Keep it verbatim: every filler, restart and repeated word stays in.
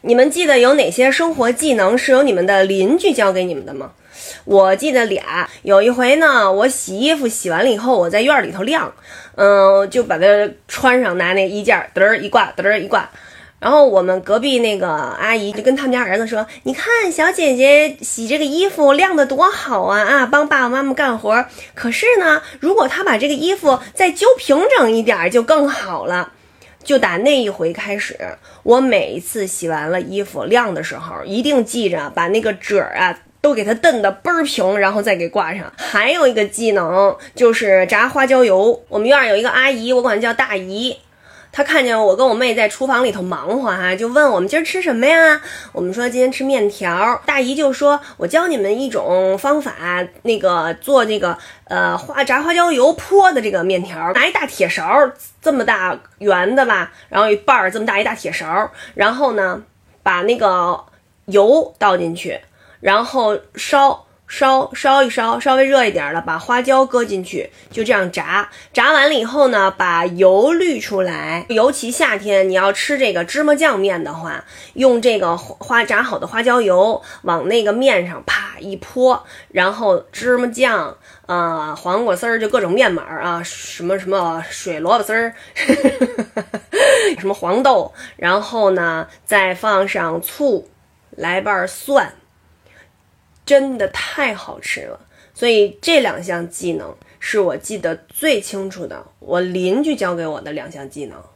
你们记得有哪些生活技能是由你们的邻居教给你们的吗？我记得俩，有一回呢，我洗衣服洗完了以后，我在院里头晾，嗯，就把它穿上，拿那衣架嘚儿一挂，嘚儿一挂。然后我们隔壁那个阿姨就跟他们家儿子说，你看小姐姐洗这个衣服晾得多好啊啊，帮爸爸妈妈干活。可是呢，如果她把这个衣服再揪平整一点就更好了。就打那一回开始，我每一次洗完了衣服晾的时候，一定记着把那个褶啊都给它蹬得倍儿平，然后再给挂上。还有一个技能就是炸花椒油。我们院有一个阿姨，我管她叫大姨，她看见我跟我妹在厨房里头忙活哈、啊，就问我们今儿吃什么呀？我们说今天吃面条。大姨就说，我教你们一种方法，那个做这个呃花炸花椒油泼的这个面条，拿一大铁勺，这么大圆的吧，然后一半儿这么大一大铁勺，然后呢把那个油倒进去，然后烧烧烧一烧，稍微热一点了，把花椒搁进去，就这样炸。炸完了以后呢，把油滤出来。尤其夏天你要吃这个芝麻酱面的话，用这个花炸好的花椒油往那个面上啪一泼，然后芝麻酱呃，黄瓜丝儿，就各种面码啊，什么什么水萝卜丝儿什么黄豆，然后呢再放上醋，来瓣蒜，真的太好吃了。所以这两项技能是我记得最清楚的，我邻居教给我的两项技能。